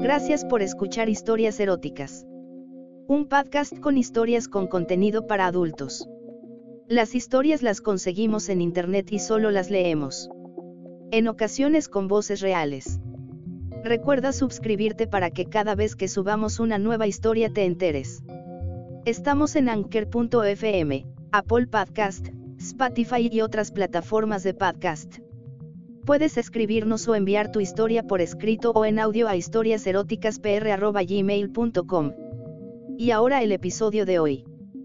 Gracias por escuchar Historias Eróticas. Un podcast con historias con contenido para adultos. Las historias las conseguimos en internet y solo las leemos. En ocasiones con voces reales. Recuerda suscribirte para que cada vez que subamos una nueva historia te enteres. Estamos en Anchor.fm, Apple Podcast, Spotify y otras plataformas de podcast. Puedes escribirnos o enviar tu historia por escrito o en audio a historiaseroticaspr@gmail.com. Y ahora el episodio de hoy.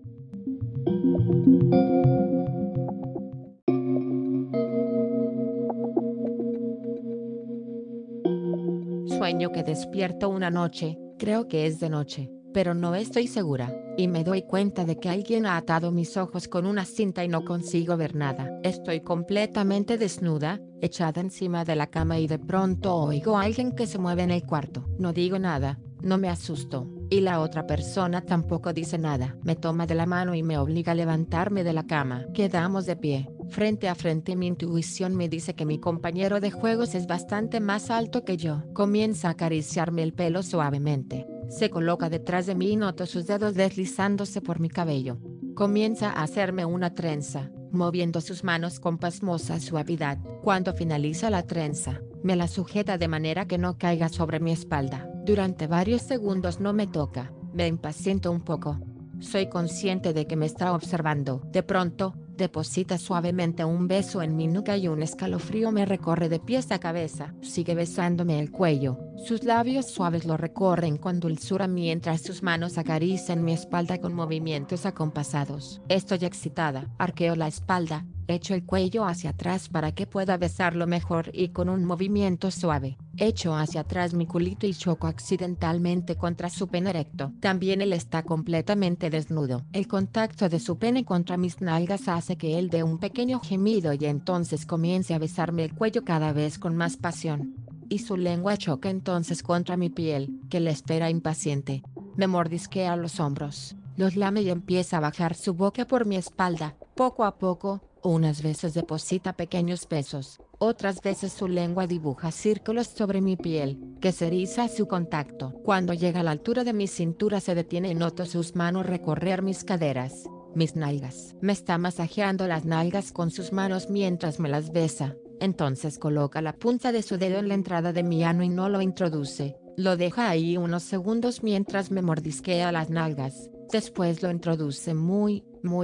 Sueño que despierto una noche, creo que es de noche, pero no estoy segura, y me doy cuenta de que alguien ha atado mis ojos con una cinta y no consigo ver nada. Estoy completamente desnuda, echada encima de la cama y de pronto oigo a alguien que se mueve en el cuarto. No digo nada, no me asusto, y la otra persona tampoco dice nada. Me toma de la mano y me obliga a levantarme de la cama. Quedamos de pie. Frente a frente mi intuición me dice que mi compañero de juegos es bastante más alto que yo. Comienza a acariciarme el pelo suavemente. Se coloca detrás de mí y noto sus dedos deslizándose por mi cabello. Comienza a hacerme una trenza, moviendo sus manos con pasmosa suavidad. Cuando finaliza la trenza, me la sujeta de manera que no caiga sobre mi espalda. Durante varios segundos no me toca, me impaciento un poco. Soy consciente de que me está observando. De pronto, deposita suavemente un beso en mi nuca y un escalofrío me recorre de pies a cabeza. Sigue besándome el cuello, sus labios suaves lo recorren con dulzura mientras sus manos acarician mi espalda con movimientos acompasados. Estoy excitada, arqueo la espalda, echo el cuello hacia atrás para que pueda besarlo mejor y con un movimiento suave, echo hacia atrás mi culito y choco accidentalmente contra su pene erecto. También él está completamente desnudo. El contacto de su pene contra mis nalgas hace que él dé un pequeño gemido y entonces comience a besarme el cuello cada vez con más pasión. Y su lengua choca entonces contra mi piel, que le espera impaciente. Me mordisquea los hombros, los lame y empieza a bajar su boca por mi espalda. Poco a poco, unas veces deposita pequeños besos, otras veces su lengua dibuja círculos sobre mi piel, que se eriza a su contacto. Cuando llega a la altura de mi cintura se detiene y noto sus manos recorrer mis caderas, mis nalgas. Me está masajeando las nalgas con sus manos mientras me las besa. Entonces coloca la punta de su dedo en la entrada de mi ano y no lo introduce. Lo deja ahí unos segundos mientras me mordisquea las nalgas. Después lo introduce muy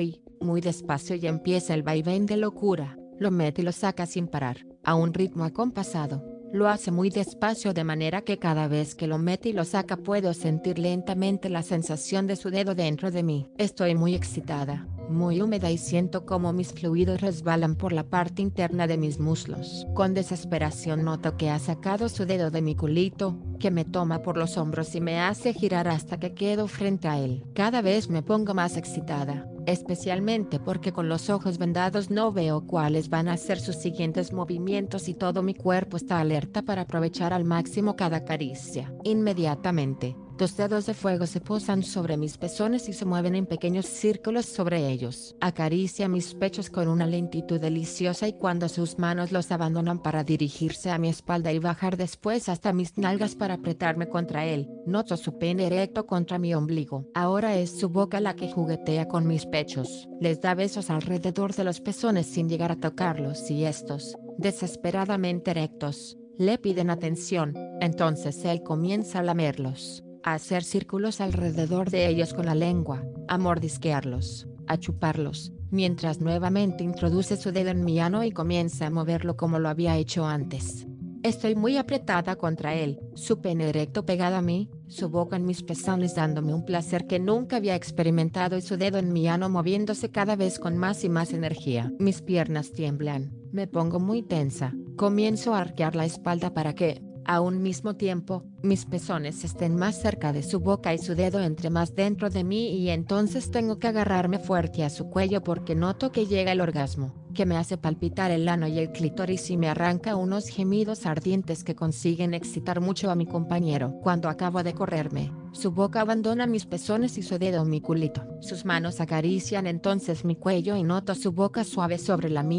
despacio y empieza el vaivén de locura. Lo mete y lo saca sin parar, a un ritmo acompasado. Lo hace muy despacio de manera que cada vez que lo mete y lo saca puedo sentir lentamente la sensación de su dedo dentro de mí. Estoy muy excitada, muy húmeda y siento como mis fluidos resbalan por la parte interna de mis muslos. Con desesperación noto que ha sacado su dedo de mi culito, que me toma por los hombros y me hace girar hasta que quedo frente a él. Cada vez me pongo más excitada, especialmente porque con los ojos vendados no veo cuáles van a ser sus siguientes movimientos y todo mi cuerpo está alerta para aprovechar al máximo cada caricia. Inmediatamente, dos dedos de fuego se posan sobre mis pezones y se mueven en pequeños círculos sobre ellos. Acaricia mis pechos con una lentitud deliciosa y cuando sus manos los abandonan para dirigirse a mi espalda y bajar después hasta mis nalgas para apretarme contra él, noto su pene erecto contra mi ombligo. Ahora es su boca la que juguetea con mis pechos. Les da besos alrededor de los pezones sin llegar a tocarlos y estos, desesperadamente erectos, le piden atención. Entonces él comienza a lamerlos, a hacer círculos alrededor de ellos con la lengua, a mordisquearlos, a chuparlos, mientras nuevamente introduce su dedo en mi ano y comienza a moverlo como lo había hecho antes. Estoy muy apretada contra él, su pene erecto pegado a mí, su boca en mis pezones dándome un placer que nunca había experimentado y su dedo en mi ano moviéndose cada vez con más y más energía. Mis piernas tiemblan, me pongo muy tensa, comienzo a arquear la espalda para que, a un mismo tiempo, mis pezones estén más cerca de su boca y su dedo entre más dentro de mí y entonces tengo que agarrarme fuerte a su cuello porque noto que llega el orgasmo, que me hace palpitar el ano y el clítoris y me arranca unos gemidos ardientes que consiguen excitar mucho a mi compañero. Cuando acabo de correrme, su boca abandona mis pezones y su dedo mi culito. Sus manos acarician entonces mi cuello y noto su boca suave sobre la mía,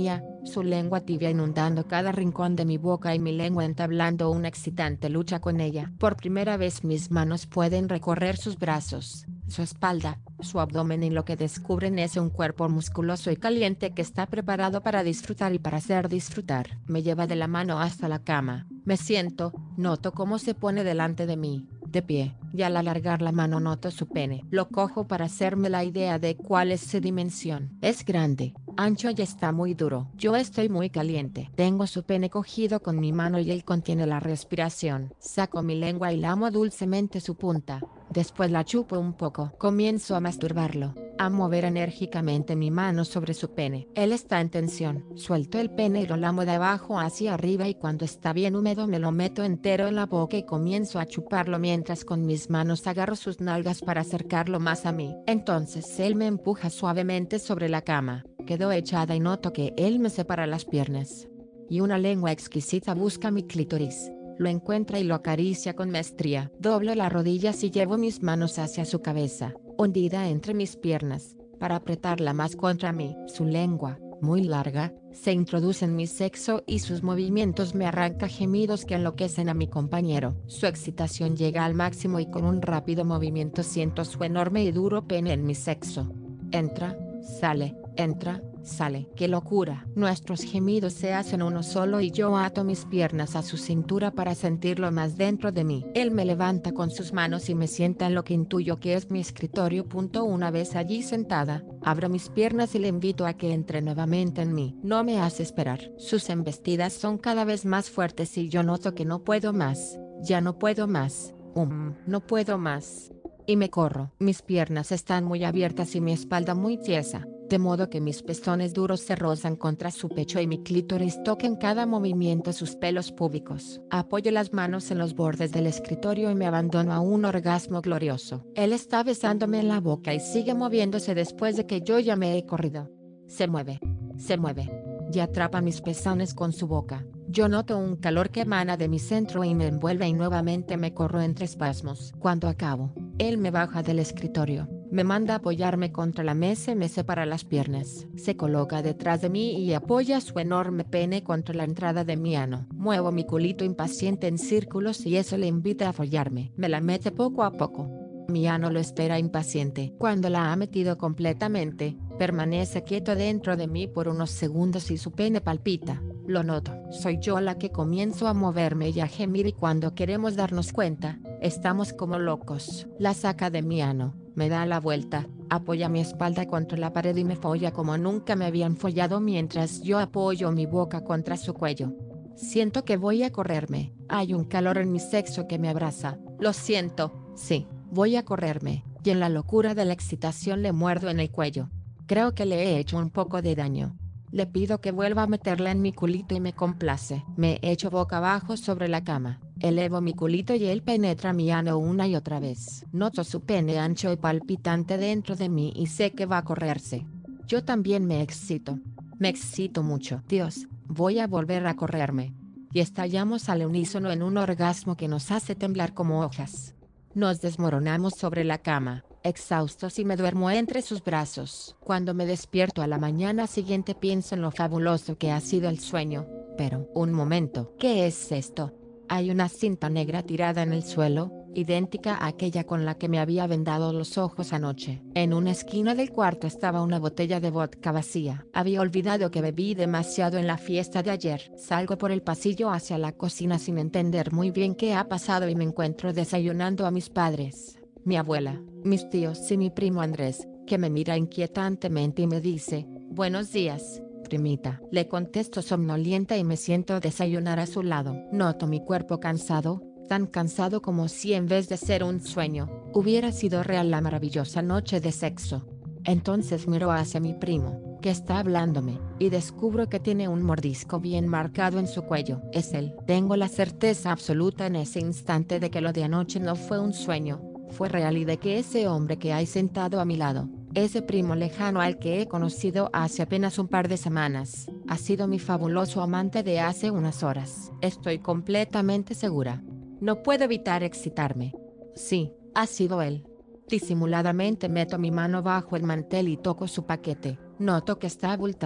su lengua tibia inundando cada rincón de mi boca y mi lengua entablando una excitante lucha con ella. Por primera vez mis manos pueden recorrer sus brazos, su espalda, su abdomen y lo que descubren es un cuerpo musculoso y caliente que está preparado para disfrutar y para hacer disfrutar. Me lleva de la mano hasta la cama, me siento, noto cómo se pone delante de mí, de pie, y al alargar la mano noto su pene. Lo cojo para hacerme la idea de cuál es su dimensión. Es grande, ancho y está muy duro. Yo estoy muy caliente. Tengo su pene cogido con mi mano y él contiene la respiración. Saco mi lengua y lamo dulcemente su punta. Después la chupo un poco. Comienzo a masturbarlo, a mover enérgicamente mi mano sobre su pene. Él está en tensión. Suelto el pene y lo lamo de abajo hacia arriba y cuando está bien húmedo me lo meto entero en la boca y comienzo a chuparlo mientras con mis manos agarro sus nalgas para acercarlo más a mí. Entonces él me empuja suavemente sobre la cama. Quedo echada y noto que él me separa las piernas. Y una lengua exquisita busca mi clítoris. Lo encuentra y lo acaricia con maestría. Doblo las rodillas y llevo mis manos hacia su cabeza, hundida entre mis piernas, para apretarla más contra mí. Su lengua, muy larga, se introduce en mi sexo y sus movimientos me arrancan gemidos que enloquecen a mi compañero. Su excitación llega al máximo y con un rápido movimiento siento su enorme y duro pene en mi sexo. Entra, sale, entra, sale. ¡Qué locura! Nuestros gemidos se hacen uno solo y yo ato mis piernas a su cintura para sentirlo más dentro de mí. Él me levanta con sus manos y me sienta en lo que intuyo que es mi escritorio. Una vez allí sentada, abro mis piernas y le invito a que entre nuevamente en mí. No me hace esperar. Sus embestidas son cada vez más fuertes y yo noto que no puedo más. Ya no puedo más. No puedo más. Y me corro. Mis piernas están muy abiertas y mi espalda muy tiesa, de modo que mis pezones duros se rozan contra su pecho y mi clítoris toca en cada movimiento sus pelos púbicos. Apoyo las manos en los bordes del escritorio y me abandono a un orgasmo glorioso. Él está besándome en la boca y sigue moviéndose después de que yo ya me he corrido. Se mueve. Se mueve. Y atrapa mis pezones con su boca. Yo noto un calor que emana de mi centro y me envuelve y nuevamente me corro entre espasmos. Cuando acabo, él me baja del escritorio, me manda a apoyarme contra la mesa y me separa las piernas. Se coloca detrás de mí y apoya su enorme pene contra la entrada de mi ano. Muevo mi culito impaciente en círculos y eso le invita a follarme. Me la mete poco a poco. Mi ano lo espera impaciente. Cuando la ha metido completamente, permanece quieto dentro de mí por unos segundos y su pene palpita. Lo noto. Soy yo la que comienzo a moverme y a gemir y cuando queremos darnos cuenta, estamos como locos. La saca de mi ano, me da la vuelta, apoya mi espalda contra la pared y me folla como nunca me habían follado mientras yo apoyo mi boca contra su cuello. Siento que voy a correrme. Hay un calor en mi sexo que me abraza. Lo siento, sí, voy a correrme, y en la locura de la excitación le muerdo en el cuello. Creo que le he hecho un poco de daño. Le pido que vuelva a meterla en mi culito y me complace. Me echo boca abajo sobre la cama. Elevo mi culito y él penetra mi ano una y otra vez. Noto su pene ancho y palpitante dentro de mí y sé que va a correrse. Yo también me excito. Me excito mucho. Dios, voy a volver a correrme. Y estallamos al unísono en un orgasmo que nos hace temblar como hojas. Nos desmoronamos sobre la cama, exhaustos y me duermo entre sus brazos. Cuando me despierto a la mañana siguiente pienso en lo fabuloso que ha sido el sueño. Pero, un momento, ¿qué es esto? Hay una cinta negra tirada en el suelo, idéntica a aquella con la que me había vendado los ojos anoche. En una esquina del cuarto estaba una botella de vodka vacía. Había olvidado que bebí demasiado en la fiesta de ayer. Salgo por el pasillo hacia la cocina sin entender muy bien qué ha pasado y me encuentro desayunando a mis padres, mi abuela, mis tíos y mi primo Andrés, que me mira inquietantemente y me dice, «Buenos días, primita». Le contesto somnolienta y me siento a desayunar a su lado. Noto mi cuerpo cansado, tan cansado como si en vez de ser un sueño, hubiera sido real la maravillosa noche de sexo. Entonces miro hacia mi primo, que está hablándome, y descubro que tiene un mordisco bien marcado en su cuello. Es él. Tengo la certeza absoluta en ese instante de que lo de anoche no fue un sueño, fue real y de que ese hombre que hay sentado a mi lado, ese primo lejano al que he conocido hace apenas un par de semanas, ha sido mi fabuloso amante de hace unas horas. Estoy completamente segura. No puedo evitar excitarme. Sí, ha sido él. Disimuladamente meto mi mano bajo el mantel y toco su paquete. Noto que está abultado.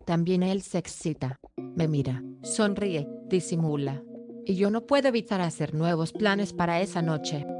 También él se excita. Me mira, sonríe, disimula. Y yo no puedo evitar hacer nuevos planes para esa noche.